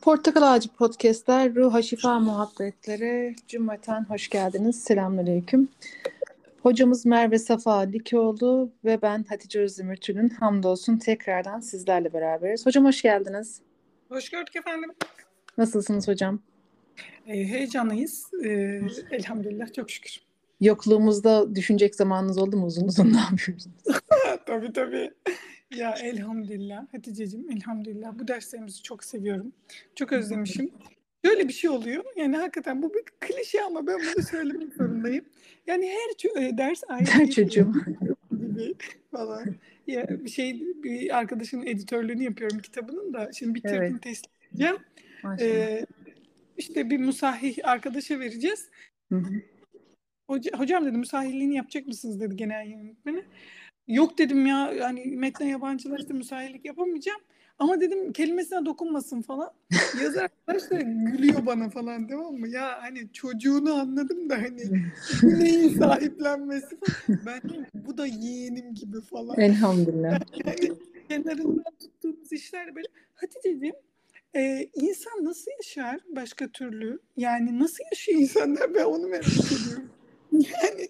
Portakal Ağacı Podcast'ler, Ruha Şifa Muhabbetlere cümleten hoş geldiniz. Selamünaleyküm. Hocamız Merve Safa Likoğlu ve ben Hatice Özdemir Tülün hamdolsun tekrardan sizlerle beraberiz. Hocam hoş geldiniz. Hoş gördük efendim. Nasılsınız hocam? Heyecanlıyız. Elhamdülillah çok şükür. Yokluğumuzda düşünecek zamanınız oldu mu uzun uzun ne yapıyorsunuz? Tabii. Ya elhamdülillah Haticeciğim, elhamdülillah bu derslerimizi çok seviyorum. Çok özlemişim. Böyle bir şey oluyor. Yani hakikaten bu bir klişe ama ben bunu söylemek zorundayım. Yani her ders ayrı Her bir çocuğum. gibi falan. Ya bir arkadaşın editörlüğünü yapıyorum kitabının da. Şimdi bitirdim, Evet. teslim edeceğim. Maşallah. İşte bir musahih arkadaşa vereceğiz. Hı hı. Hocam dedi musahihliğini yapacak mısınız dedi genel yönetmeni. Yok dedim ya yani metne yabancılaştı müsahillik yapamayacağım. Ama dedim kelimesine dokunmasın falan. Yazar arkadaş da gülüyor bana falan tamam mı? Ya hani çocuğunu anladım da hani bu neyin sahiplenmesi falan. Ben dedim bu da yeğenim gibi falan. Elhamdülillah. Yani kenarından tuttuğumuz işler böyle. Hatice'ciğim insan nasıl yaşar başka türlü? Yani nasıl yaşıyor insanlar ben onu merak ediyorum. Yani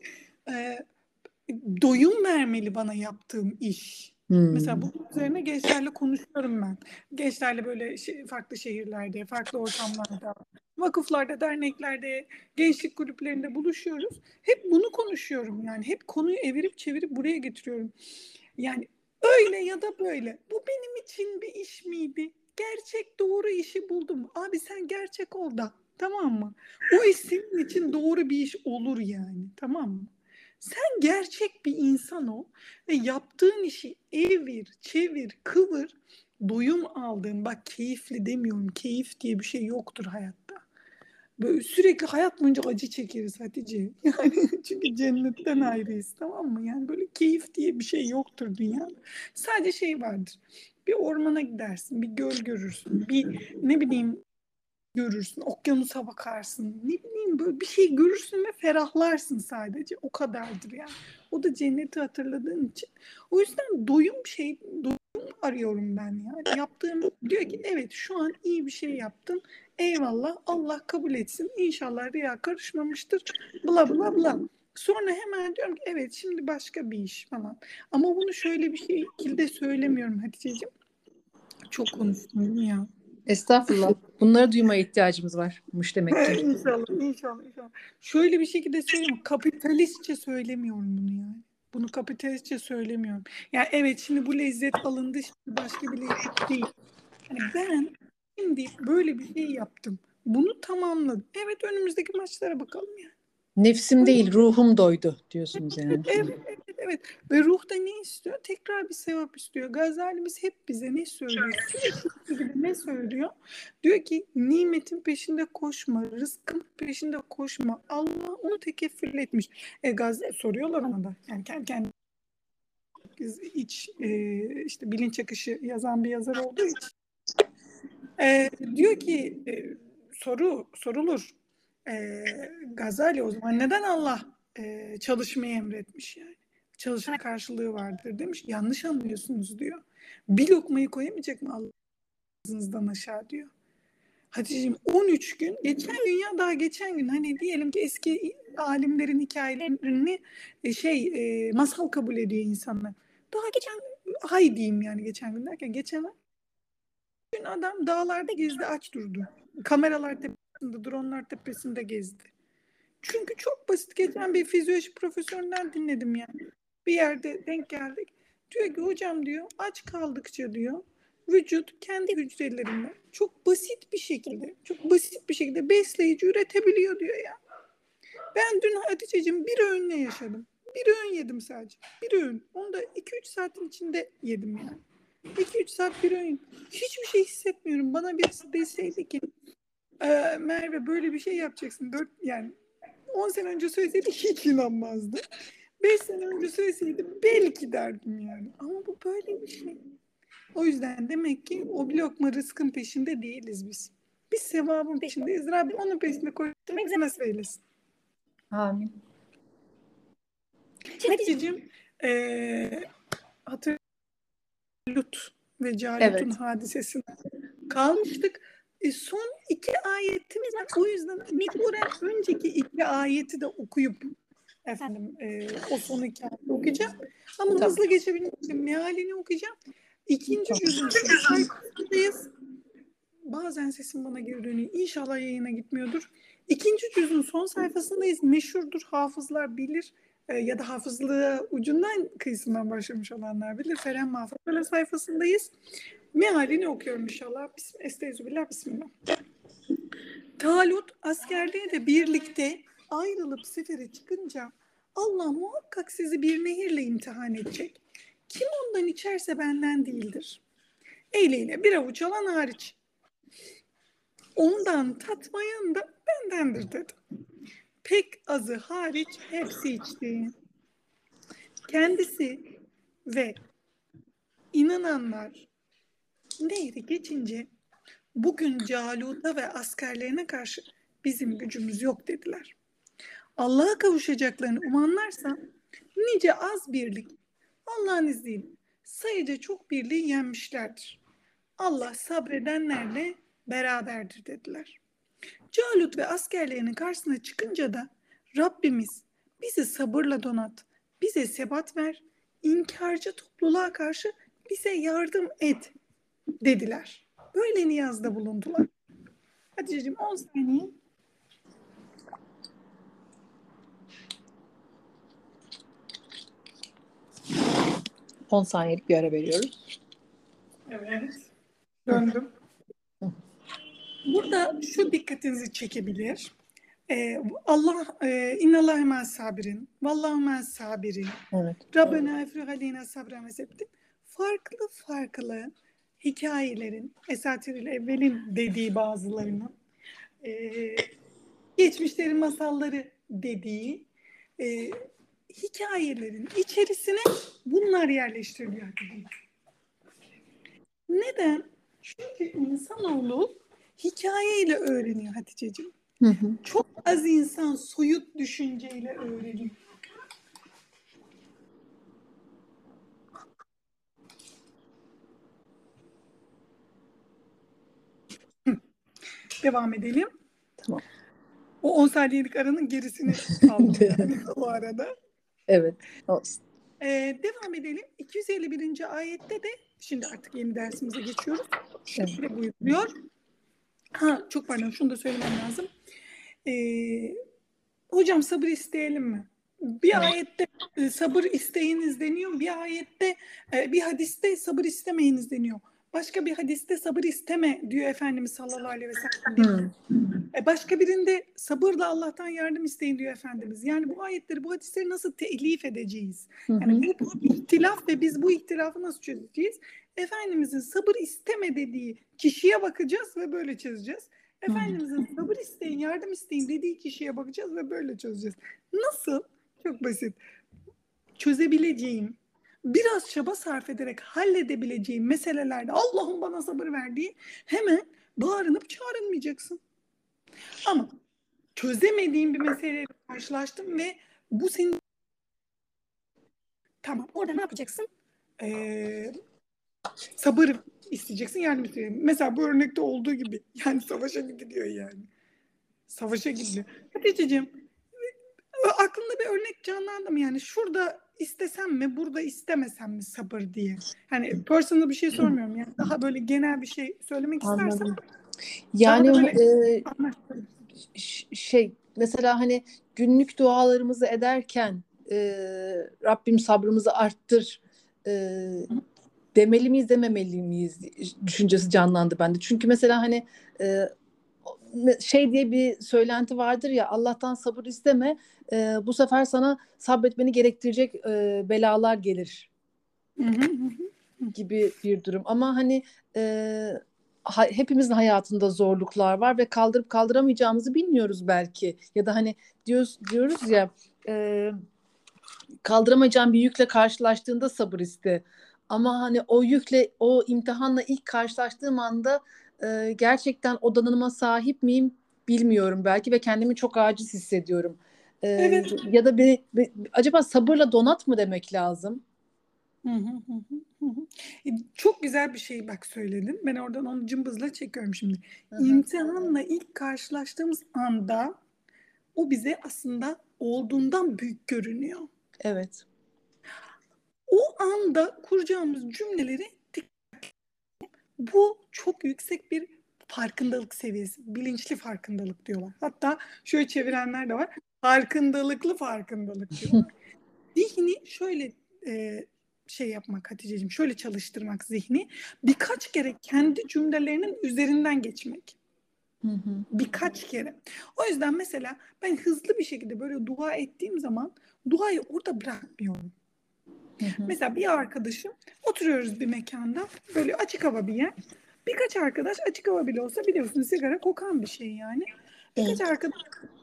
doyum vermeli bana yaptığım iş. Mesela bu üzerine gençlerle konuşuyorum ben. Gençlerle böyle farklı şehirlerde, farklı ortamlarda, vakıflarda, derneklerde, gençlik kulüplerinde buluşuyoruz. Hep bunu konuşuyorum yani. Hep konuyu evirip çevirip buraya getiriyorum. Yani öyle ya da böyle. Bu benim için bir iş miydi? Gerçek doğru işi buldum. Abi sen gerçek ol da. Tamam mı? O iş senin için doğru bir iş olur yani. Tamam mı? Sen gerçek bir insan ol ve yaptığın işi evir, çevir, kıvır, doyum aldığın, bak keyifli demiyorum, keyif diye bir şey yoktur hayatta. Böyle sürekli hayat boyunca acı çekeriz Hatice. Yani çünkü cennetten ayrıyız tamam mı? Yani böyle keyif diye bir şey yoktur dünyada. Sadece şey vardır. Bir ormana gidersin, bir göl görürsün, bir ne bileyim görürsün, okyanusa bakarsın, ne bileyim böyle bir şey görürsün ve ferahlarsın sadece. O kadardır yani. O da cenneti hatırladığın için. O yüzden doyum arıyorum ben ya. Yaptığım diyor ki evet şu an iyi bir şey yaptın. Eyvallah Allah kabul etsin. İnşallah riya karışmamıştır. Bla bla bla. Sonra hemen diyorum ki evet şimdi başka bir iş falan. Ama bunu şöyle bir şekilde söylemiyorum Hatice'ciğim. Çok konuştum değil mi ya? Estağfurullah. Bunları duymaya ihtiyacımız varmış demek ki. İnşallah. Şöyle bir şekilde söyleyeyim. Kapitalistçe söylemiyorum bunu yani. Bunu kapitalistçe söylemiyorum. Yani evet şimdi bu lezzet alındı şimdi başka bir lezzet değil. Yani ben şimdi böyle bir şey yaptım. Bunu tamamladım. Evet önümüzdeki maçlara bakalım yani. Nefsim değil, ruhum doydu diyorsunuz yani. Evet. Ve ruh da ne istiyor? Tekrar bir sevap istiyor. Gazalimiz hep bize ne söylüyor? Sürekli ne söylüyor? Diyor ki nimetin peşinde koşma, rızkın peşinde koşma. Allah onu tekeffül etmiş. Gazel soruyorlar ona da. Yani kendi işte bilinç akışı yazan bir yazar olduğu için. Diyor ki sorulur. Gazali o zaman neden Allah çalışmayı emretmiş yani? Çalışana karşılığı vardır demiş. Yanlış anlıyorsunuz diyor. Bir lokmayı koyamayacak mı ağzınızdan aşağı diyor. Hatice'ciğim 13 gün geçen gün ya daha geçen gün hani diyelim ki eski alimlerin hikayelerini masal kabul ediyor insanlar. Daha geçen ay diyeyim yani geçen gün derken geçen gün adam dağlarda gezdi aç durdu. Kameralar tepesinde, dronlar tepesinde gezdi. Çünkü çok basit geçen bir fizyoloji profesöründen dinledim yani. Bir yerde denk geldik. Diyor ki hocam diyor aç kaldıkça diyor vücut kendi hücrelerinden çok basit bir şekilde besleyici üretebiliyor diyor ya. Ben dün Hatice'cim bir öğünle yaşadım. Bir öğün yedim sadece. Bir öğün. Onu da 2-3 saatin içinde yedim yani. 2-3 saat bir öğün. Hiçbir şey hissetmiyorum. Bana birisi deseydi ki Merve böyle bir şey yapacaksın. 10 sene önce söyleseydi hiç inanmazdım. 5 sene önce söyleseydi belki derdim yani. Ama bu böyle bir şey. O yüzden demek ki o lokma rızkın peşinde değiliz biz. Biz sevabın peşindeyiz. Rabbim onun peşinde koşturmak bize nasip eylesin. Amin. Hatice'cim Lut ve Calut'un hadisesine kalmıştık. Son iki ayetimiz var. O yüzden mecburen önceki iki ayeti de okuyup o son iki ayeti okuyacağım. Ama Tamam. hızlı geçebilmek için mealini okuyacağım. İkinci cüzün son sayfasındayız. Bazen sesim bana geri dönüyor. İnşallah yayına gitmiyordur. İkinci cüzün son sayfasındayız. Meşhurdur, hafızlar bilir. Ya da hafızlığa ucundan kıyısından başlamış olanlar bilir. Feren Mahfuzlar sayfasındayız. Mealini okuyorum inşallah. Estağfirullah, bismillah. Talut askerleriyle birlikte ayrılıp sefere çıkınca Allah muhakkak sizi bir nehirle imtihan edecek. Kim ondan içerse benden değildir. Eliyle bir avuç alan hariç. Ondan tatmayan da bendendir dedi. Pek azı hariç hepsi içti. Kendisi ve inananlar nehri geçince bugün Calut'a ve askerlerine karşı bizim gücümüz yok dediler. Allah'a kavuşacaklarını umanlarsa nice az birlik Allah'ın izniyle sayıca çok birliği yenmişlerdir. Allah sabredenlerle beraberdir dediler. Calut ve askerlerinin karşısına çıkınca da Rabbimiz bizi sabırla donat, bize sebat ver, inkarcı topluluğa karşı bize yardım et dediler. Böyle niyazda bulundular. Hatice'cim 10 saniye. On saniyelik bir ara veriyoruz. Evet. Döndüm. Burada şu dikkatinizi çekebilir. Allah innallâhe mâs sabirin vallahu mâs sabirin. Evet. Rabbena efrih aleyna sabren ve sebtin. Farklı farklı hikayelerin, esatiril evvelin dediği bazılarının, geçmişlerin masalları dediği hikayelerin içerisine bunlar yerleştiriliyor. Neden? Çünkü insanoğlu hikayeyle öğreniyor Hatice'ciğim. Çok az insan soyut düşünceyle öğreniyor. Devam edelim. Tamam. O 10 saniyelik aranın gerisini aldım yani o arada. Evet, olsun. Devam edelim. 251. ayette de şimdi artık yeni dersimize geçiyoruz. Şöyle buyuruyor. Çok pardon, şunu da söylemem lazım. Hocam sabır isteyelim mi? Bir ayette sabır isteyiniz deniyor. Bir ayette bir hadiste sabır istemeyiniz deniyor. Başka bir hadiste sabır isteme diyor Efendimiz sallallahu aleyhi ve sellem. Başka birinde sabırla Allah'tan yardım isteyin diyor Efendimiz. Yani bu ayetleri, bu hadisleri nasıl telif edeceğiz? Yani bu ihtilaf ve biz bu ihtilafı nasıl çözeceğiz? Efendimizin sabır isteme dediği kişiye bakacağız ve böyle çözeceğiz. Efendimizin sabır isteyin, yardım isteyin dediği kişiye bakacağız ve böyle çözeceğiz. Nasıl? Çok basit. Çözebileceğim, biraz çaba sarf ederek halledebileceğim meselelerde Allah'ım bana sabır ver diye hemen bağırınıp çağrılmayacaksın. Ama çözemediğim bir meseleyle karşılaştım ve bu senin... Tamam, orada ne yapacaksın? Sabır isteyeceksin, yardım isteyeceksin. Mesela bu örnekte olduğu gibi. Yani savaşa gidiliyor yani. Savaşa gidiliyor. Hatice'ciğim, aklında bir örnek canlandı mı? Yani şurada istesem mi, burada istemesem mi sabır diye. Hani personal bir şey sormuyorum. Yani daha böyle genel bir şey söylemek istersen. Yani mesela hani günlük dualarımızı ederken Rabbim sabrımızı arttır demeli miyiz, dememeli miyiz düşüncesi canlandı bende. Çünkü mesela hani diye bir söylenti vardır ya, Allah'tan sabır isteme, bu sefer sana sabretmeni gerektirecek belalar gelir gibi bir durum. Ama hani hepimizin hayatında zorluklar var ve kaldırıp kaldıramayacağımızı bilmiyoruz belki. Ya da hani diyoruz ya, kaldıramayacağın bir yükle karşılaştığında sabır iste. Ama hani o yükle, o imtihanla ilk karşılaştığım anda gerçekten o donanıma sahip miyim bilmiyorum belki ve kendimi çok aciz hissediyorum. Evet. Ya da acaba sabırla donat mı demek lazım? Hı hı. Çok güzel bir şey bak söyledin. Ben oradan onu cımbızla çekiyorum şimdi. Hı hı. İmtihanla ilk karşılaştığımız anda o bize aslında olduğundan büyük görünüyor. Evet. O anda kuracağımız cümleleri bu çok yüksek bir farkındalık seviyesi. Bilinçli farkındalık diyorlar. Hatta şöyle çevirenler de var. Farkındalıklı farkındalık diyorlar. Zihni şöyle şey yapmak Hatice'ciğim, şöyle çalıştırmak zihni. Birkaç kere kendi cümlelerinin üzerinden geçmek. Hı hı. Birkaç kere. O yüzden mesela ben hızlı bir şekilde böyle dua ettiğim zaman duayı orada bırakmıyorum. Hı hı. Mesela bir arkadaşım, oturuyoruz bir mekanda, böyle açık hava bir yer. Birkaç arkadaş, açık hava bile olsa biliyorsun sigara kokan bir şey yani. Birkaç Evet. arkadaş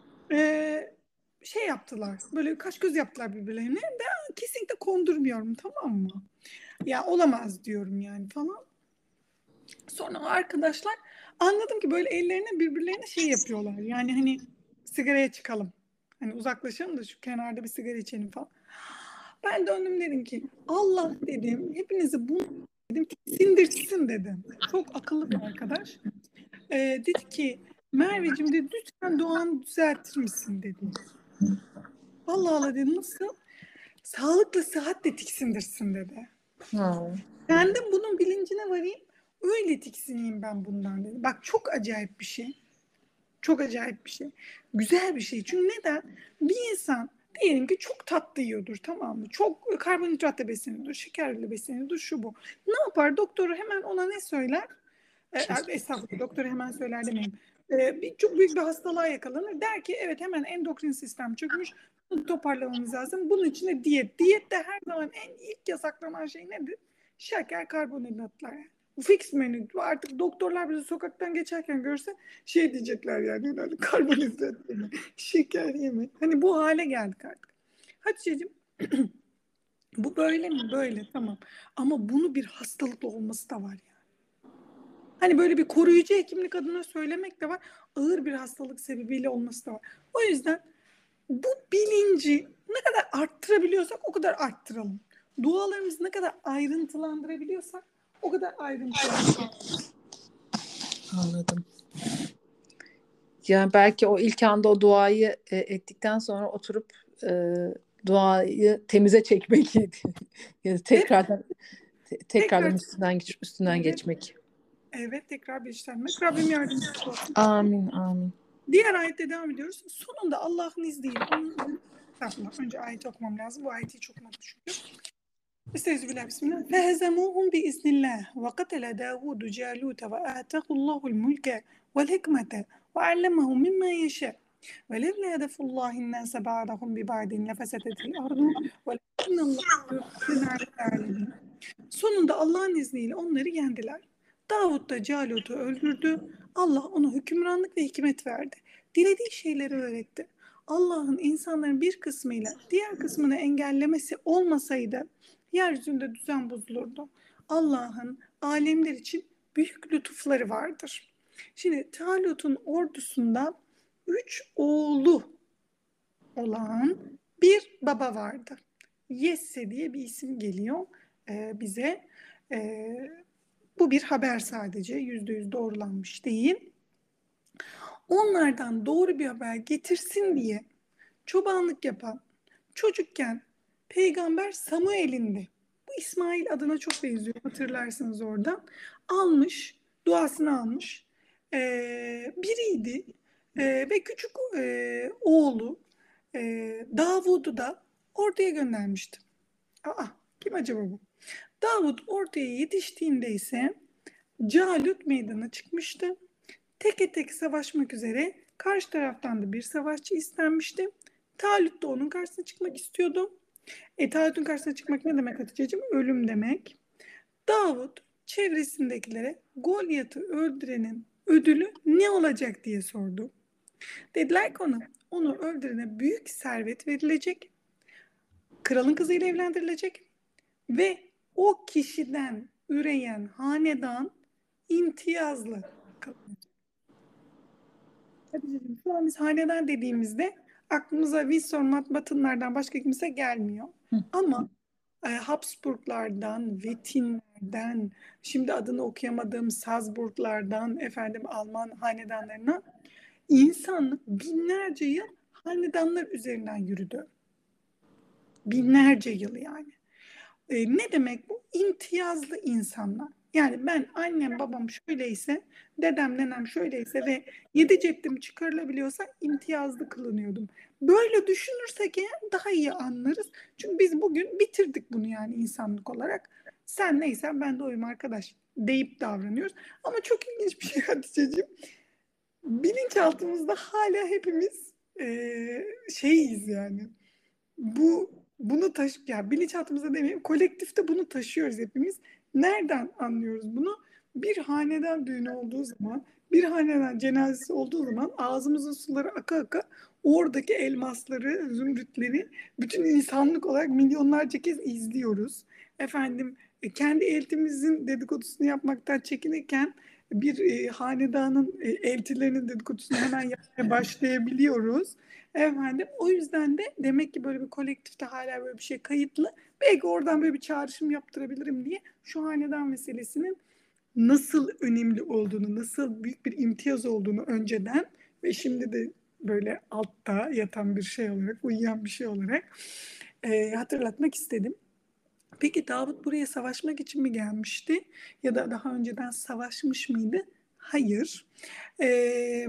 şey yaptılar. Böyle kaş göz yaptılar birbirlerine. Ben kesinlikle kondurmuyorum, tamam mı? Ya olamaz diyorum yani falan. Sonra arkadaşlar anladım ki böyle ellerine birbirlerine şey yapıyorlar. Yani hani sigaraya çıkalım. Hani uzaklaşalım da şu kenarda bir sigara içelim falan. Ben döndüm dedim ki Allah dedim hepinizi bunu dedim sindirsin dedim. Çok akıllı bir arkadaş. Dedi ki Merveciğim dedi lütfen duanı düzeltir misin dedi. Allah Allah dedim nasıl? Sağlıklı sıhhatle tiksindirsin dedi. Ha. Kendim bunun bilincine varayım. Öyle tiksineyim ben bundan dedi. Bak çok acayip bir şey. Çok acayip bir şey. Güzel bir şey. Çünkü neden? Bir insan diyelim ki çok tatlı yiyordur, tamam mı? Çok karbonhidratla besleniyordur, şekerle besleniyordur, şu bu. Ne yapar? Doktoru hemen ona ne söyler? Kes. Estağfurullah doktora hemen söyler demeyeyim. Çok büyük bir hastalığa yakalanır. Der ki evet hemen endokrin sistem çökmüş. Bunu toparlamamız lazım. Bunun için de diyet. Diyette her zaman en ilk yasaklanan şey nedir? Şeker, karbonhidratlar. Bu fix menü. Artık doktorlar bizi sokaktan geçerken görse şey diyecekler yani herhalde karbonhidrat yeme, şeker yeme. Hani bu hale geldik artık. Hatice'cim bu böyle mi? Böyle tamam. Ama bunu bir hastalıklı olması da var ya. Hani böyle bir koruyucu hekimlik adına söylemek de var. Ağır bir hastalık sebebiyle olması da var. O yüzden bu bilinci ne kadar arttırabiliyorsak o kadar arttıralım. Dualarımızı ne kadar ayrıntılandırabiliyorsak o kadar ayrıntılandıralım. Anladım. Yani belki o ilk anda o duayı ettikten sonra oturup duayı temize çekmek ya da Evet, tekrardan tekrar üstünden evet, geçmek. evet tekrar bilinçlenmek. Rabbim yardımcısı olsun. Amin, amin. Diğer ayette devam ediyoruz. Sonunda Allah'ın izniyle onun önce ayeti okumam lazım. Bu ayeti hiç okumadım çünkü. Estağfirullah bismillah. Fehezemuhum bi iznillah ve katele Davud Calut ve atahullahul mulke vel hikmete ve allemahu mimma yeşâ. Ve levle hedefullahin nâse ba'dahum bi ba'din lefesetetil ardu ve lekinnallâhe sonunda Allah'ın izniyle onları yendiler. Davut da Calut'u öldürdü. Allah ona hükümranlık ve hikmet verdi. Dilediği şeyleri öğretti. Allah'ın insanların bir kısmıyla diğer kısmını engellemesi olmasaydı yeryüzünde düzen bozulurdu. Allah'ın alemler için büyük lütufları vardır. Şimdi Talut'un ordusunda 3 oğlu olan bir baba vardı. Yesse diye bir isim geliyor bize. E, Bu bir haber sadece, %100 doğrulanmış değil. Onlardan doğru bir haber getirsin diye çobanlık yapan çocukken peygamber Samuel'in de bu İsmail adına çok benziyor hatırlarsınız oradan almış duasını almış biriydi. Ve küçük oğlu Davud'u da ortaya göndermişti. Aa, kim acaba bu? Davud ortaya yetiştiğinde ise Calut meydana çıkmıştı. Teke tek savaşmak üzere karşı taraftan da bir savaşçı istenmişti. Talut da onun karşısına çıkmak istiyordu. Talut'un karşısına çıkmak ne demek Hatice'ciğim? Ölüm demek. Davud çevresindekilere Golyat'ı öldürenin ödülü ne olacak diye sordu. Dediler ki onu öldürene büyük servet verilecek, kralın kızıyla evlendirilecek ve o kişiden üreyen hanedan imtiyazlı. Hatice'cim şu an biz hanedan dediğimizde aklımıza Windsor Mountbatten'lardan başka kimse gelmiyor. Hı. Ama Habsburglardan, Wetinlerden, şimdi adını okuyamadığım Salzburglardan, efendim Alman hanedanlarına insanlık binlerce yıl hanedanlar üzerinden yürüdü. Binlerce yıl yani. Ne demek bu? İmtiyazlı insanlar. Yani ben annem babam şöyleyse, dedem nenem şöyleyse ve yedi ceddim çıkarılabiliyorsa imtiyazlı kılınıyordum. Böyle düşünürsek eğer daha iyi anlarız. Çünkü biz bugün bitirdik bunu yani insanlık olarak. Sen neysen ben de oyum arkadaş deyip davranıyoruz. Ama çok ilginç bir şey Hatice'ciğim. Bilinçaltımızda hala hepimiz şeyiz yani. Bunu ya bilinçaltımızda demeyeyim, kolektifte bunu taşıyoruz hepimiz. Nereden anlıyoruz bunu? Bir hanedan düğünü olduğu zaman, bir hanedan cenazesi olduğu zaman ağzımızın suları aka aka oradaki elmasları, zümrütleri bütün insanlık olarak milyonlarca kez izliyoruz. Efendim kendi eltimizin dedikodusunu yapmaktan çekinirken bir hanedanın eltilerinin dedikodusunu hemen yapmaya başlayabiliyoruz. Efendim o yüzden de demek ki böyle bir kolektifte hala böyle bir şey kayıtlı. Belki oradan böyle bir çağrışım yaptırabilirim diye şu hanedan meselesinin nasıl önemli olduğunu, nasıl büyük bir imtiyaz olduğunu önceden ve şimdi de böyle altta yatan bir şey olarak, uyuyan bir şey olarak hatırlatmak istedim. Peki Davut buraya savaşmak için mi gelmişti? Ya da daha önceden savaşmış mıydı? Hayır. E,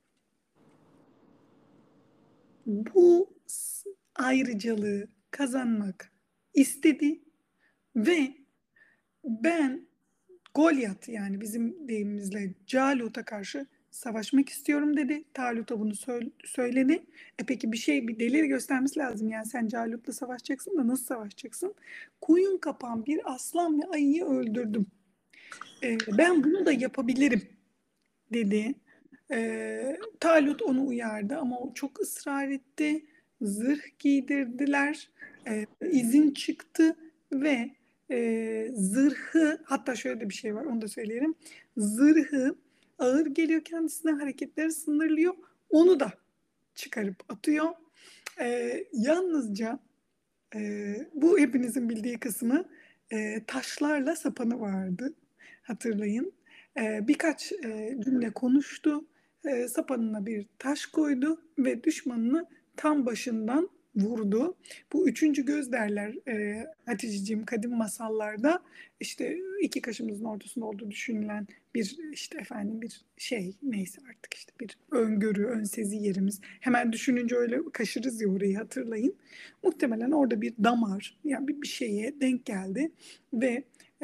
bu ayrıcalığı kazanmak istedi ve ben Golyat yani bizim deyimimizle Calut'a karşı savaşmak istiyorum dedi. Talut'a bunu söyledi. Peki bir delil göstermesi lazım. Yani sen Calut'la savaşacaksın da nasıl savaşacaksın? Koyun kapan bir aslan ve ayıyı öldürdüm. Ben bunu da yapabilirim dedi. Talut onu uyardı ama o çok ısrar etti. Zırh giydirdiler. İzin çıktı ve zırhı, hatta şöyle de bir şey var onu da söyleyelim. Zırhı ağır geliyor kendisine, hareketleri sınırlıyor. Onu da çıkarıp atıyor. Yalnızca bu hepinizin bildiği kısmı taşlarla sapanı vardı. Hatırlayın. Birkaç cümle konuştu. Sapanına bir taş koydu ve düşmanını tam başından vurdu. Bu üçüncü göz derler Haticeciğim kadim masallarda işte iki kaşımızın ortasında olduğu düşünülen bir işte efendim bir şey neyse artık işte bir öngörü, önsezi yerimiz. Hemen düşününce öyle kaşırız ya orayı hatırlayın. Muhtemelen orada bir damar yani bir şeye denk geldi ve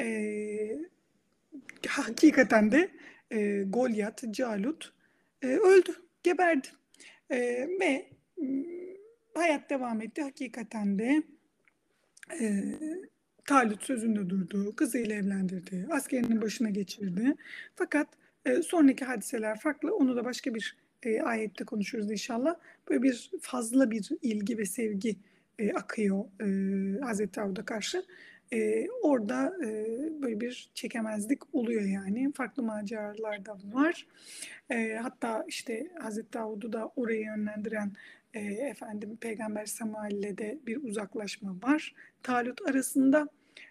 hakikaten de Golyat, Calut öldü, geberdi. Ve hayat devam etti. Hakikaten de e, Talut sözünde durdu, kızıyla evlendirdi, askerinin başına geçirdi. Fakat sonraki hadiseler farklı. Onu da başka bir ayette konuşuruz inşallah. Böyle bir fazla bir ilgi ve sevgi akıyor Hazreti Davud'a karşı. Orada böyle bir çekemezlik oluyor yani. Farklı maceralar da var. Hatta işte Hazreti Davud'u da oraya yönlendiren efendim Peygamber Samuel'le de bir uzaklaşma var. Talut arasında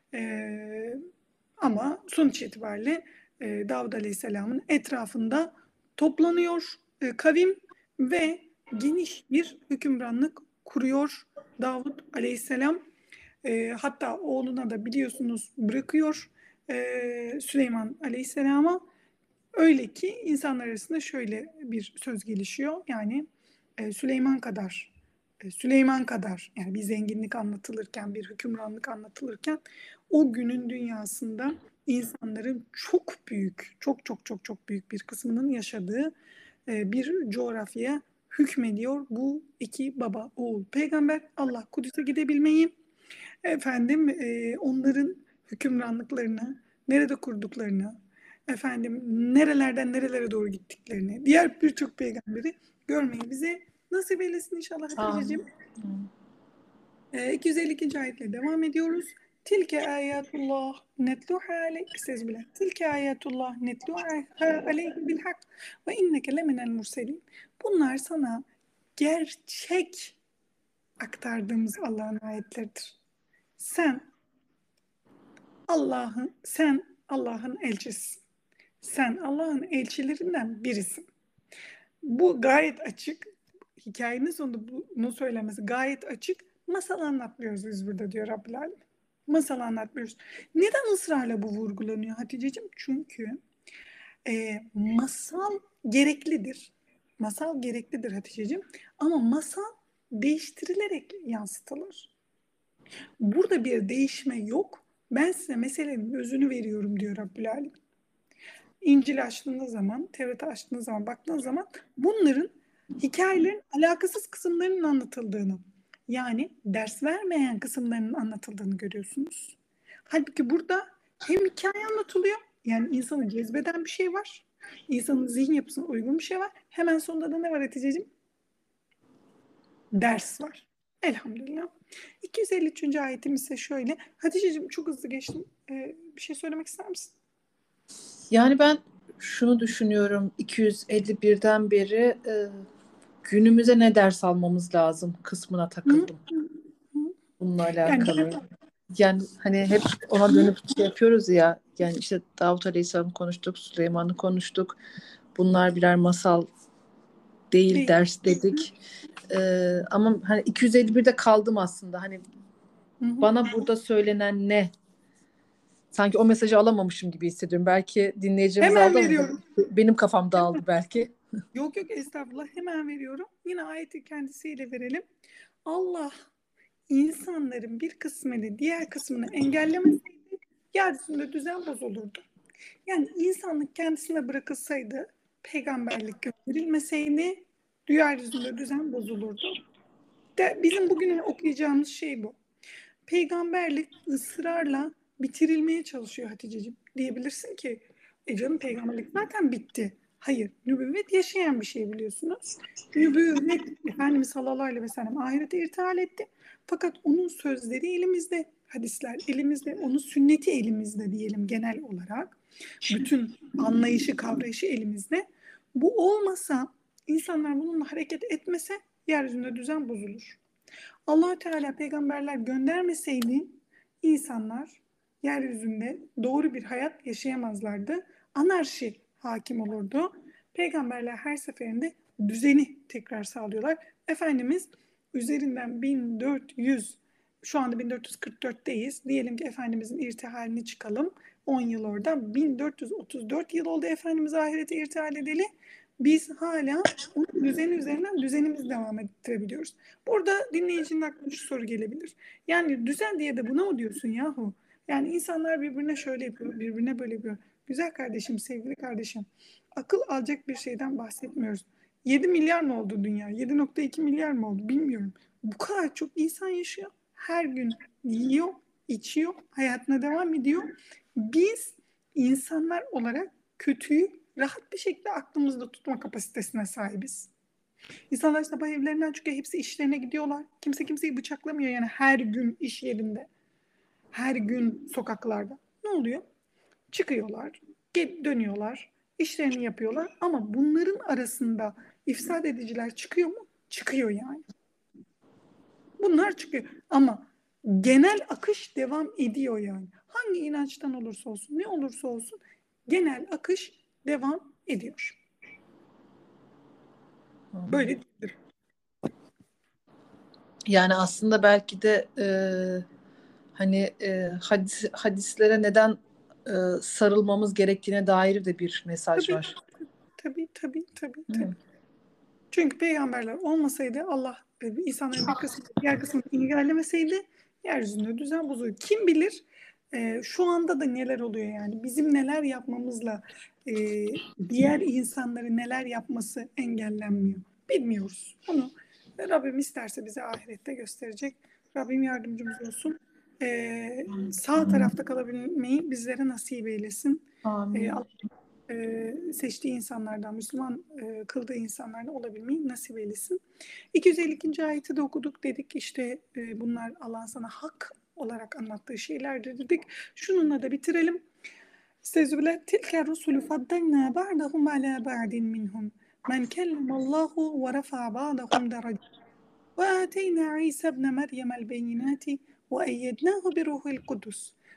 ama sonuç itibariyle Davud Aleyhisselam'ın etrafında toplanıyor kavim ve geniş bir hükümranlık kuruyor Davud Aleyhisselam. Hatta oğluna da biliyorsunuz bırakıyor Süleyman Aleyhisselam'a. Öyle ki insanlar arasında şöyle bir söz gelişiyor. Yani Süleyman kadar yani bir zenginlik anlatılırken, bir hükümranlık anlatılırken o günün dünyasında insanların çok büyük, çok çok çok çok büyük bir kısmının yaşadığı bir coğrafyaya hükmediyor bu iki baba oğul peygamber. Allah Kudüs'e gidebilmeyi, efendim onların hükümranlıklarını, nerede kurduklarını, efendim nerelerden nerelere doğru gittiklerini, diğer birçok peygamberi görmeyi bize nasip eylesin inşallah Hatice'ciğim. 252. ayetle devam ediyoruz. Tilke ayatullah netluha aleyk Estağfirullah. Tilke ayatullah netluha aleyk bil hak ve inneke leminel murselin. Bunlar sana gerçek aktardığımız Allah'ın ayetleridir. Sen Sen Allah'ın elçisisin. Sen Allah'ın elçilerinden birisin. Bu gayet açık. Hikayenin sonunda bunu söylemesi gayet açık. Masal anlatmıyoruz biz burada diyor Rabbül Alem. Masal anlatmıyoruz. Neden ısrarla bu vurgulanıyor Hatice'ciğim? Çünkü masal gereklidir. Masal gereklidir Hatice'ciğim. Ama masal değiştirilerek yansıtılır. Burada bir değişme yok. Ben size meselenin özünü veriyorum diyor Rabbül Alem. İncil açtığınız zaman, Tevrat'ı açtığınız zaman, baktığınız zaman bunların hikayelerin alakasız kısımlarının anlatıldığını, yani ders vermeyen kısımlarının anlatıldığını görüyorsunuz. Halbuki burada hem hikaye anlatılıyor, yani insanı cezbeden bir şey var, insanın zihin yapısına uygun bir şey var. Hemen sonunda da ne var Hatice'ciğim? Ders var. Elhamdülillah. 253. ayetimiz ise şöyle. Hatice'ciğim çok hızlı geçtim. Bir şey söylemek ister misin? Yani ben şunu düşünüyorum, 251'den beri günümüze ne ders almamız lazım kısmına takıldım. Bununla alakalı. Yani hani hep ona dönüp şey yapıyoruz ya, yani işte Davut Aleyhisselam'ı konuştuk, Süleyman'ı konuştuk. Bunlar birer masal değil, ders dedik. Ama hani 251'de kaldım aslında. Hani bana burada söylenen ne? Sanki o mesajı alamamışım gibi hissediyorum. Belki dinleyeceğimiz Hemen aldı ama veriyorum. benim kafam dağıldı belki. Yok estağfurullah, hemen veriyorum. Yine ayeti kendisiyle verelim. Allah insanların bir kısmını diğer kısmını engellemeseydi yeryüzünde düzen bozulurdu. Yani insanlık kendisine bırakılsaydı, peygamberlik gönderilmeseydi yeryüzünde düzen bozulurdu. Bizim bugün okuyacağımız şey bu. Peygamberlik ısrarla bitirilmeye çalışıyor Hatice'ciğim. Diyebilirsin ki canım peygamberlik zaten bitti. Hayır, nübüvvet yaşayan bir şey biliyorsunuz. Nübüvvet Efendimiz sallallahu aleyhi ve sellem ahirete irtihal etti. Fakat onun sözleri elimizde, hadisler elimizde, onun sünneti elimizde diyelim genel olarak. Bütün anlayışı, kavrayışı elimizde. Bu olmasa, insanlar bununla hareket etmese yeryüzünde düzen bozulur. Allah Teala peygamberler göndermeseydi insanlar yeryüzünde doğru bir hayat yaşayamazlardı. Anarşi hakim olurdu. Peygamberler her seferinde düzeni tekrar sağlıyorlar. Efendimiz üzerinden 1400, şu anda 1444'teyiz. Diyelim ki Efendimizin irtihalini çıkalım. 10 yıl orada. 1434 yıl oldu Efendimiz ahirete irtihal edeli. Biz hala onun düzeni üzerinden düzenimizi devam ettirebiliyoruz. Burada dinleyicinin aklına şu soru gelebilir. Yani düzen diye de buna mı diyorsun yahu? Yani insanlar birbirine şöyle yapıyor, birbirine böyle yapıyor. Güzel kardeşim, sevgili kardeşim. Akıl alacak bir şeyden bahsetmiyoruz. 7 milyar mı oldu dünya? 7,2 milyar mı oldu? Bilmiyorum. Bu kadar çok insan yaşıyor. Her gün yiyor, içiyor, hayatına devam ediyor. Biz insanlar olarak kötüyü rahat bir şekilde aklımızda tutma kapasitesine sahibiz. İnsanlar sabah evlerinden çıkıyor, hepsi işlerine gidiyorlar. Kimse kimseyi bıçaklamıyor yani her gün iş yerinde, her gün sokaklarda. Ne oluyor? Çıkıyorlar, dönüyorlar, işlerini yapıyorlar ama bunların arasında ifsad ediciler çıkıyor mu? Çıkıyor yani. Bunlar çıkıyor ama genel akış devam ediyor yani. Hangi inançtan olursa olsun, ne olursa olsun genel akış devam ediyor. Böyledir. Yani aslında belki de hani hadislere neden sarılmamız gerektiğine dair de bir mesaj var. Tabii. Çünkü peygamberler olmasaydı Allah insanların bir kısmını diğer kısmını engellemeseydi yeryüzünde düzen bozulur. Kim bilir şu anda da neler oluyor yani. Bizim neler yapmamızla diğer insanların neler yapması engellenmiyor. Bilmiyoruz. Bunu Rabbim isterse bize ahirette gösterecek. Rabbim yardımcımız olsun. Sağ tarafta kalabilmeyi bizlere nasip eylesin. Amin. Seçtiği insanlardan, Müslüman kıldığı insanlardan olabilmeyi nasip eylesin. 252. ayeti de okuduk, dedik işte bunlar Allah'ın sana hak olarak anlattığı şeylerdir dedik. Şununla da bitirelim. Estağfirullah. Tilke rusulü faddalna ba'dahum ala ba'din minhum. Men kellemallahu ve rafa'a ba'dahum derece. Ve ateyna İsa ibn Meryem el beyinati ve eyyednahu bi ruhil kudüs.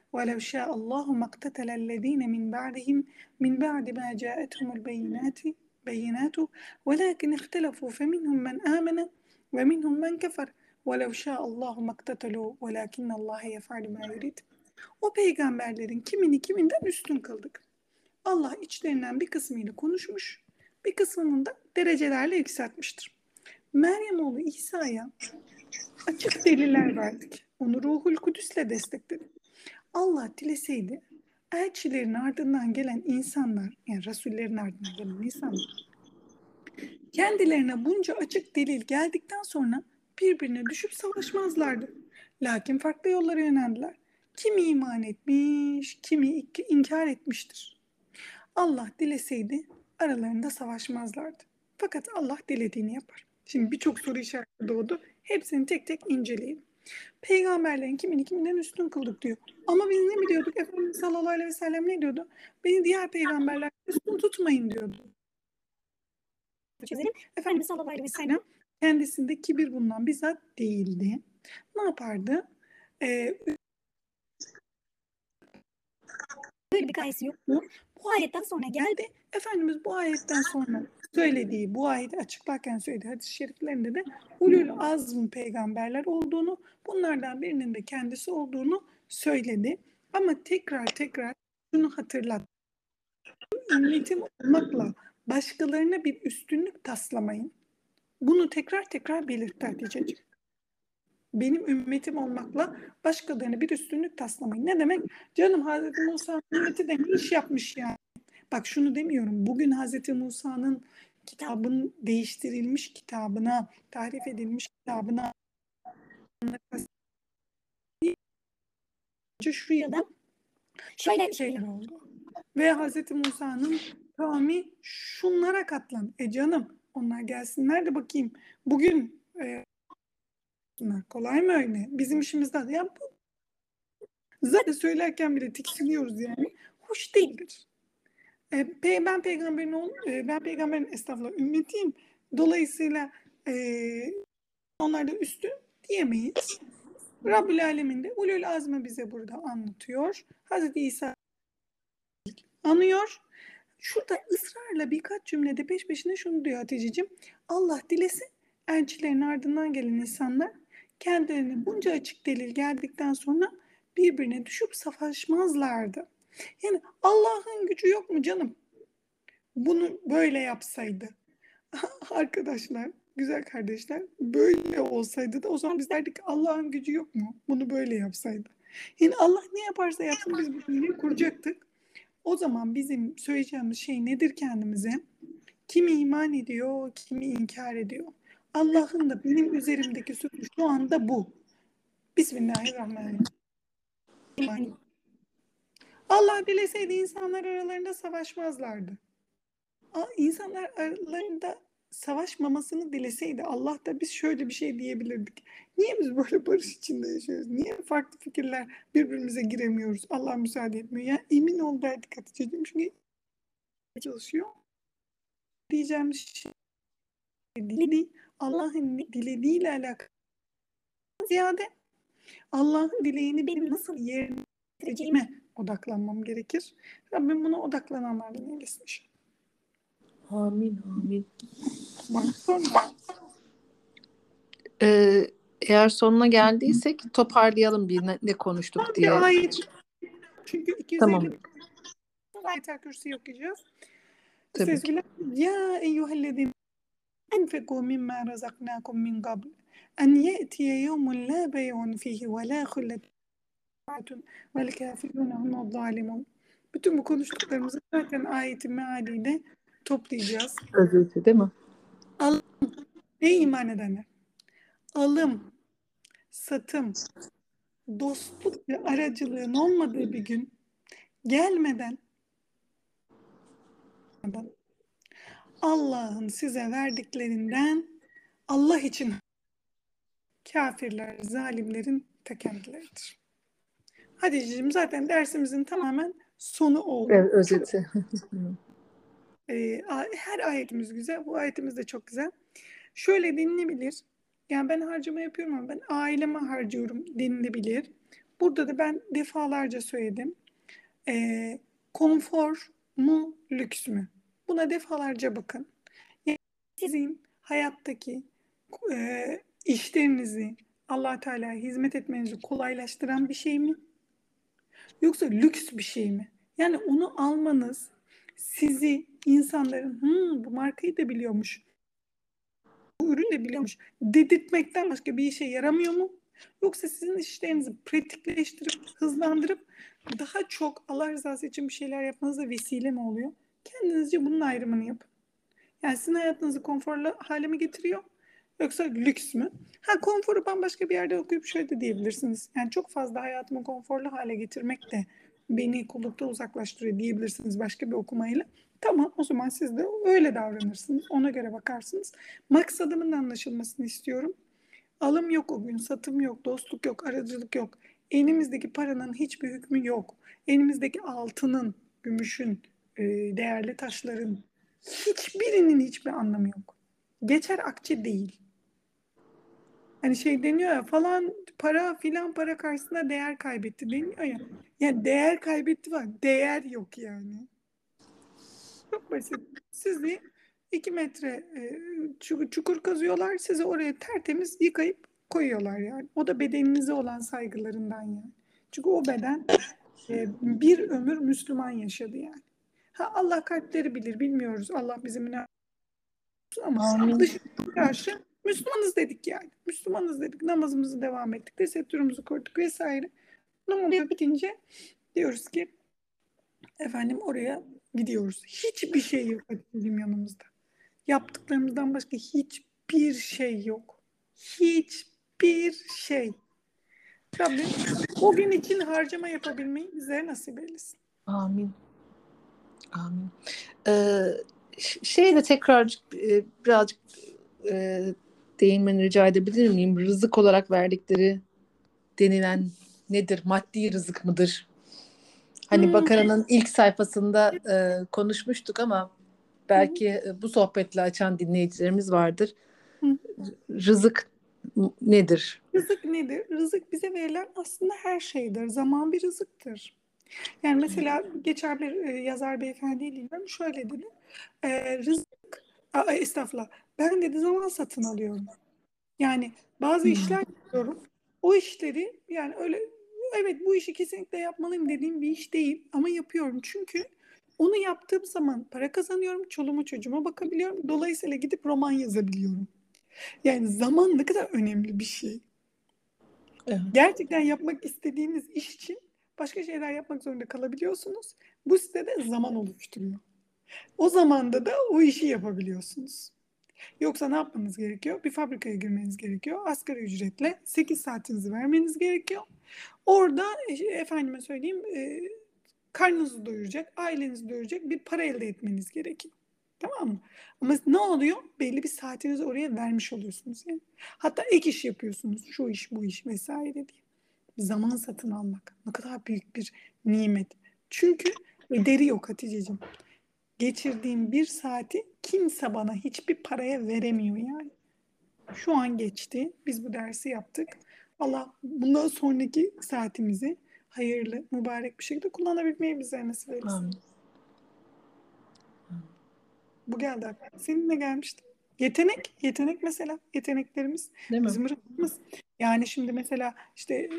وَلَوْ شَاءَ اللّٰهُ مَقْتَتَلَ الَّذ۪ينَ مِنْ بَعْدِهِمْ مِنْ بَعْدِ مَا جَاءَتْهُمُ الْبَيِّنَاتُ وَلَكِنْ اخْتَلَفُوا فَمِنْهُمْ مَنْ آمَنَ وَمِنْهُمْ مَنْ كَفَرَ وَلَوْ شَاءَ اللّٰهُ مَقْتَتَلُوا وَلَكِنَّ اللّٰهَ يَفْعَلُ مَا يُرِيدُ. O peygamberlerin kimini kiminden üstün kıldık. Allah içlerinden bir kısmıyla konuşmuş, bir kısmını da derecelerle yükseltmiştir. Meryem oğlu İsa'ya açık deliller verdik. Onu Ruhul Kudüs'le destekledik. Allah dileseydi elçilerin ardından gelen insanlar, yani Rasullerin ardından gelen insanlar, kendilerine bunca açık delil geldikten sonra birbirine düşüp savaşmazlardı. Lakin farklı yollara yöneldiler. Kimi iman etmiş, kimi inkar etmiştir. Allah dileseydi aralarında savaşmazlardı. Fakat Allah dilediğini yapar. Şimdi birçok soru işareti doğdu. Hepsini tek tek inceleyelim. Peygamberlerin kimini kiminden üstün kıldık diyor. Ama biz ne biliyorduk? Efendimiz sallallahu aleyhi ve sellem ne diyordu? Beni diğer peygamberler üstün tutmayın diyordu. Çözelim. Efendimiz sallallahu aleyhi ve sellem kendisinde kibir bulunan bizzat değildi. Ne yapardı? Böyle bir gayesi yoktu. Bu ayetten sonra geldi. Efendimiz bu ayetten sonra söylediği, bu ayeti açıklarken söylediği hadis-i şeriflerinde de ulul azm peygamberler olduğunu, bunlardan birinin de kendisi olduğunu söyledi. Ama tekrar şunu hatırlat. Ümmetim olmakla başkalarına bir üstünlük taslamayın. Bunu tekrar belirtti Hatice'ciğim. Benim ümmetim olmakla başkalarına bir üstünlük taslamayın. Ne demek? Canım Hazreti Musa'nın ümmeti de ne iş yapmış yani? Bak şunu demiyorum. Bugün Hazreti Musa'nın kitabın değiştirilmiş kitabına, tahrif edilmiş kitabına şuraya da şöyle şeyler oldu. Ve Hazreti Musa'nın kavmi şunlara katlan. Canım onlar gelsinler de bakayım. Bugün kolay mı öyle? Bizim işimizden. Ya bu zaten söylerken bile tiksiniyoruz yani. Hoş değildir. Ben peygamberin estağfurullah ümmetiyim. Dolayısıyla onlar da üstün diyemeyiz. Rabbül Alemin de Ulul Azmi bize burada anlatıyor. Hazreti İsa anıyor. Şurada ısrarla birkaç cümlede peş peşine şunu diyor Hatice'cim. Allah dilese elçilerin ardından gelen insanlar kendilerine bunca açık delil geldikten sonra birbirine düşüp savaşmazlardı. Yani Allah'ın gücü yok mu canım? Bunu böyle yapsaydı. Arkadaşlar, güzel kardeşler, böyle olsaydı da o zaman biz derdik Allah'ın gücü yok mu? Bunu böyle yapsaydı. Yani Allah ne yaparsa yapsın biz bu dünyayı kuracaktık. O zaman bizim söyleyeceğimiz şey nedir kendimize? Kimi iman ediyor, kimi inkar ediyor. Allah'ın da benim üzerimdeki sözü şu anda bu. Bismillahirrahmanirrahim. Allah dileseydi insanlar aralarında savaşmazlardı. İnsanlar aralarında savaşmamasını dileseydi Allah da biz şöyle bir şey diyebilirdik. Niye biz böyle barış içinde yaşıyoruz? Niye farklı fikirler birbirimize giremiyoruz? Allah müsaade etmiyor. Yani emin ol derdik Hatice'ciğim. Çünkü çalışıyor. Diyeceğim şey değil. Allah'ın dilediğiyle alakalı ziyade Allah'ın dileğini benim nasıl yerine getireceğime odaklanmam gerekir. Rabbim buna odaklananlardan eylesin inşallah. Amin. Var sonra. Eğer sonuna geldiysek toparlayalım ne konuştuk diye. Bir ayet. Çünkü 250 tamam. Ayet-el Kürsi okuyacağız. Estağfirullah. Ya eyyühellezine enfiku mimma razaknakum min qabl en ye'tiye yevmun la bey'un fihi ve la hulletun vel kafirun humuz zalimun. Bütün bu konuştuklarımızı zaten ayetin mealiyle toplayacağız. Özeti değil mi? Ne iman edenler? Alım, satım, dostluk ve aracılığın olmadığı bir gün gelmeden Allah'ın size verdiklerinden Allah için kafirler, zalimlerin ta kendileridir. Hadiceciğim zaten dersimizin tamamen sonu oldu. Evet, özeti. Her ayetimiz güzel. Bu ayetimiz de çok güzel. Şöyle denilebilir. Yani ben harcama yapıyorum ama ben aileme harcıyorum denilebilir. Burada da ben defalarca söyledim. Konfor mu, lüks mü? Buna defalarca bakın. Yani sizin hayattaki işlerinizi, Allah Teala'ya hizmet etmenizi kolaylaştıran bir şey mi? Yoksa lüks bir şey mi? Yani onu almanız sizi insanların bu markayı da biliyormuş, bu ürün de biliyormuş dedirtmekten başka bir işe yaramıyor mu? Yoksa sizin işlerinizi pratikleştirip, hızlandırıp daha çok Allah rızası için bir şeyler yapmanıza vesile mi oluyor? Kendinizce bunun ayrımını yapın. Yani sizin hayatınızı konforlu hale mi getiriyor? Yoksa lüks mü? Ha, konforu bambaşka bir yerde okuyup şöyle de diyebilirsiniz. Yani çok fazla hayatımı konforlu hale getirmek de beni kullukta uzaklaştırıyor diyebilirsiniz başka bir okumayla. Tamam, o zaman siz de öyle davranırsınız. Ona göre bakarsınız. Maksadımın anlaşılmasını istiyorum. Alım yok o gün, satım yok, dostluk yok, aracılık yok. Elimizdeki paranın hiçbir hükmü yok. Elimizdeki altının, gümüşün, değerli taşların hiçbirinin hiçbir anlamı yok. Geçer akçe değil. Hani şey deniyor ya, falan para filan para karşısında değer kaybetti deniyor ya. Yani değer kaybetti var. Değer yok yani. Çok basit. Sizi 2 metre çukur kazıyorlar. Sizi oraya tertemiz yıkayıp koyuyorlar yani. O da bedeninize olan saygılarından yani. Çünkü o beden bir ömür Müslüman yaşadı yani. Ha, Allah kalpleri bilir, bilmiyoruz. Allah bizim ama Amin. dışarı karşı Müslümanız dedik yani. Müslümanız dedik. Namazımızı devam ettik. Tesettürümüzü kurduk vesaire. Namaz bitince diyoruz ki efendim oraya gidiyoruz. Hiçbir şey yok bizim yanımızda. Yaptıklarımızdan başka hiçbir şey yok. Hiçbir şey. Rabbim o gün için harcama yapabilmeyi bize nasip eylesin. Amin. Amin. Şeyle tekrar birazcık değinmeni rica edebilir miyim? Rızık olarak verdikleri denilen nedir? Maddi rızık mıdır? Hani Bakara'nın ilk sayfasında konuşmuştuk ama belki bu sohbetle açan dinleyicilerimiz vardır. Rızık nedir? Rızık nedir? Rızık bize verilen aslında her şeydir. Zaman bir rızıktır. Yani mesela geçen bir yazar beyefendiyle dinliyorum. Şöyle dedi. Rızık, estağfurullah. Ben dedi zaman satın alıyorum. Yani bazı işler yapıyorum. O işleri yani öyle, evet bu işi kesinlikle yapmalıyım dediğim bir iş değil ama yapıyorum. Çünkü onu yaptığım zaman para kazanıyorum. Çoluğuma çocuğuma bakabiliyorum. Dolayısıyla gidip roman yazabiliyorum. Yani zaman ne kadar önemli bir şey. Evet. Gerçekten yapmak istediğiniz iş için başka şeyler yapmak zorunda kalabiliyorsunuz. Bu size de zaman oluşturuyor. O zamanda da o işi yapabiliyorsunuz. Yoksa ne yapmanız gerekiyor? Bir fabrikaya girmeniz gerekiyor. Asgari ücretle 8 saatinizi vermeniz gerekiyor. Orada efendime söyleyeyim karnınızı doyuracak, ailenizi doyuracak bir para elde etmeniz gerekiyor. Tamam mı? Ama ne oluyor? Belli bir saatinizi oraya vermiş oluyorsunuz yani. Hatta ek iş yapıyorsunuz. Şu iş, bu iş vesaire diye. Zaman satın almak ne kadar büyük bir nimet. Çünkü ederi yok Hatice'ciğim. Geçirdiğim bir saati kimse bana hiçbir paraya veremiyor yani. Şu an geçti. Biz bu dersi yaptık. Allah bundan sonraki saatimizi hayırlı, mübarek bir şekilde kullanabilmeyi bize nasip eylesin. Amin. Bu geldi aklıma. Senin ne gelmişti? Yetenek mesela. Yeteneklerimiz Değil mi? bizim rızkımız. Yani şimdi mesela işte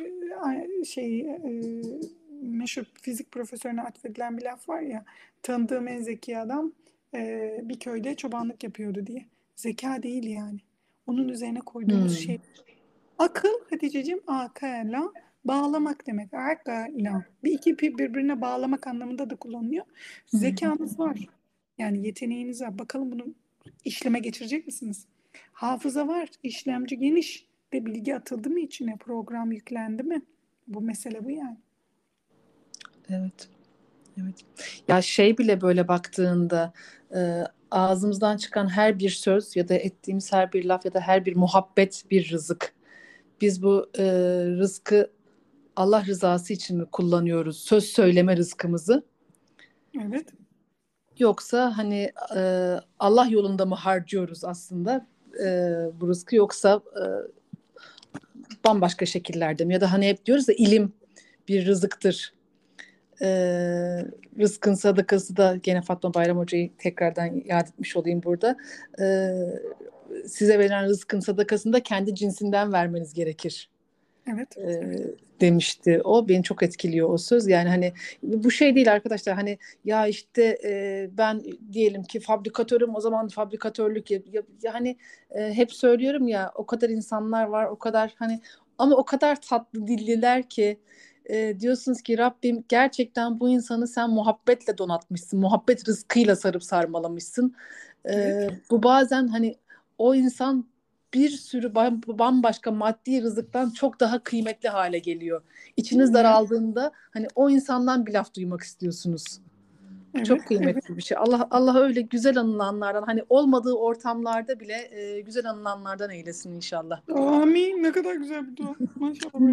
meşhur fizik profesörüne atfedilen bir laf var ya, tanıdığım en zeki adam bir köyde çobanlık yapıyordu diye. Zeka değil yani. Onun üzerine koyduğumuz şey. Akıl Hatice'cim, akla bağlamak demek. Akla. Bir iki birbirine bağlamak anlamında da kullanılıyor. Zekanız var. Yani yeteneğiniz var. Bakalım bunu işleme geçirecek misiniz? Hafıza var. İşlemci geniş. De bilgi atıldı mı içine? Program yüklendi mi? Bu mesele bu yani. Evet. Evet. Ya şey bile böyle baktığında ağzımızdan çıkan her bir söz ya da ettiğimiz her bir laf ya da her bir muhabbet bir rızık. Biz bu rızkı Allah rızası için mi kullanıyoruz? Söz söyleme rızkımızı. Evet. Yoksa hani Allah yolunda mı harcıyoruz aslında bu rızkı, yoksa bambaşka şekillerde mi? Ya da hani hep diyoruz ya, ilim. bir rızıktır. E, Rızkın sadakası da gene Fatma Bayram Hoca'yı tekrardan yad etmiş olayım burada. E, Size verilen rızkın sadakasını da kendi cinsinden vermeniz gerekir. Evet. Demişti. O beni çok etkiliyor o söz. Yani hani bu şey değil arkadaşlar. Hani ya işte ben diyelim ki fabrikatörüm, o zaman fabrikatörlük hani hep söylüyorum ya, o kadar insanlar var, o kadar hani, ama o kadar tatlı dilliler ki diyorsunuz ki Rabbim gerçekten bu insanı sen muhabbetle donatmışsın. Muhabbet rızkıyla sarıp sarmalamışsın. Evet. Bu bazen hani o insan bir sürü bambaşka maddi rızıktan çok daha kıymetli hale geliyor. İçiniz Evet. daraldığında hani o insandan bir laf duymak istiyorsunuz. Çok Evet. Evet. kıymetli bir şey. Allah öyle güzel anılanlardan, hani olmadığı ortamlarda bile güzel anılanlardan eylesin inşallah. Amin. Ne kadar güzel bir dua. Maşallah.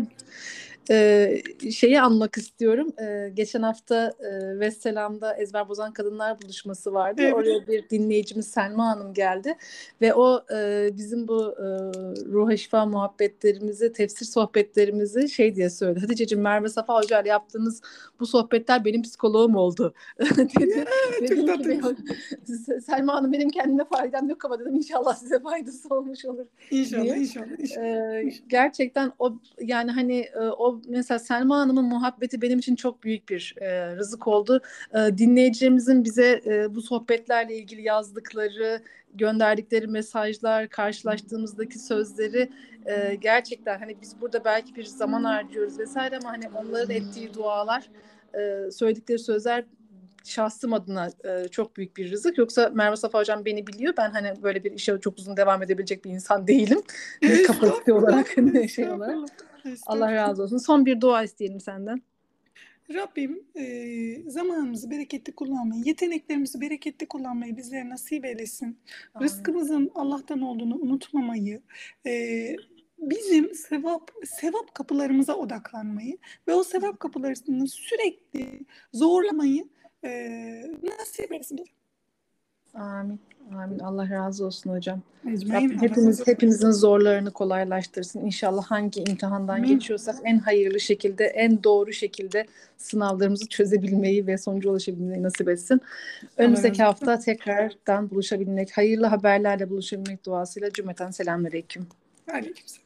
Şeyi anmak istiyorum. Geçen hafta Vesselam'da Ezber Bozan Kadınlar Buluşması vardı. Evet. Oraya bir dinleyicimiz Selma Hanım geldi ve o bizim bu ruh şifa muhabbetlerimizi, tefsir sohbetlerimizi şey diye söyledi. Haticeciğim, Merve Safa Hoca ile yaptığınız bu sohbetler benim psikoloğum oldu dedi. Ya, çok Dedim ki tatlıymış. Selma Hanım, benim kendime faydam yok ama dedim inşallah size faydası olmuş olur İnşallah, diye. inşallah, inşallah. İnşallah. Gerçekten o, yani hani o mesela Selma Hanım'ın muhabbeti benim için çok büyük bir rızık oldu. Dinleyicilerimizin bize bu sohbetlerle ilgili yazdıkları, gönderdikleri mesajlar, karşılaştığımızdaki sözleri gerçekten hani biz burada belki bir zaman harcıyoruz vesaire, ama hani onların ettiği dualar, söyledikleri sözler şahsım adına çok büyük bir rızık. Yoksa Merve Safa Hocam beni biliyor. Ben hani böyle bir işe çok uzun devam edebilecek bir insan değilim. Ne kapasite Estağfurullah, olarak ne şey olarak. estağfurullah, Allah estağfurullah. razı olsun. Son bir dua isteyelim senden. Rabbim zamanımızı bereketli kullanmayı, yeteneklerimizi bereketli kullanmayı bizlere nasip eylesin. Amin. Rızkımızın Allah'tan olduğunu unutmamayı, e, bizim sevap kapılarımıza odaklanmayı ve o sevap kapılarını sürekli zorlamayı nasip eylesin. Amin. Amin. Allah razı olsun hocam. Ecmaîn Rabbim Allah razı olsun. hepimizin zorlarını kolaylaştırsın. İnşallah hangi imtihandan Amin. geçiyorsak en hayırlı şekilde, en doğru şekilde sınavlarımızı çözebilmeyi ve sonuca ulaşabilmeyi nasip etsin. Allah Önümüzdeki razı olsun. hafta tekrardan buluşabilmek, hayırlı haberlerle buluşabilmek duasıyla cümleten selamünaleyküm. Aleykümselam.